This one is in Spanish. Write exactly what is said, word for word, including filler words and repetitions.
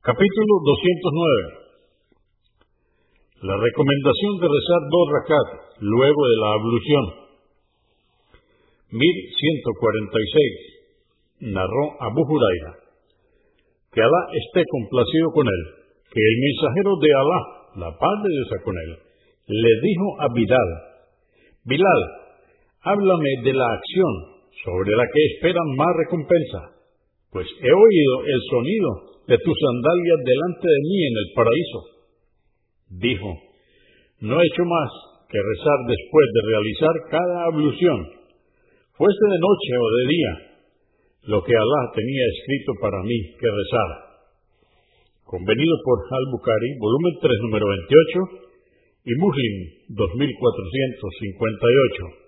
Capítulo doscientos nueve. La recomendación de rezar dos rakat luego de la ablución. mil ciento cuarenta y seis. Narró Abu Huraira, que Alá esté complacido con él, que el mensajero de Alá, la paz de Dios con él, le dijo a Bilal: Bilal, háblame de la acción sobre la que esperan más recompensa, pues he oído el sonido de tus sandalias delante de mí en el paraíso. Dijo: no he hecho más que rezar después de realizar cada ablución, fuese de noche o de día, lo que Alá tenía escrito para mí que rezara. Convenido por Al-Bukhari, volumen tres, número veintiocho, y Muslim, dos mil cuatrocientos cincuenta y ocho.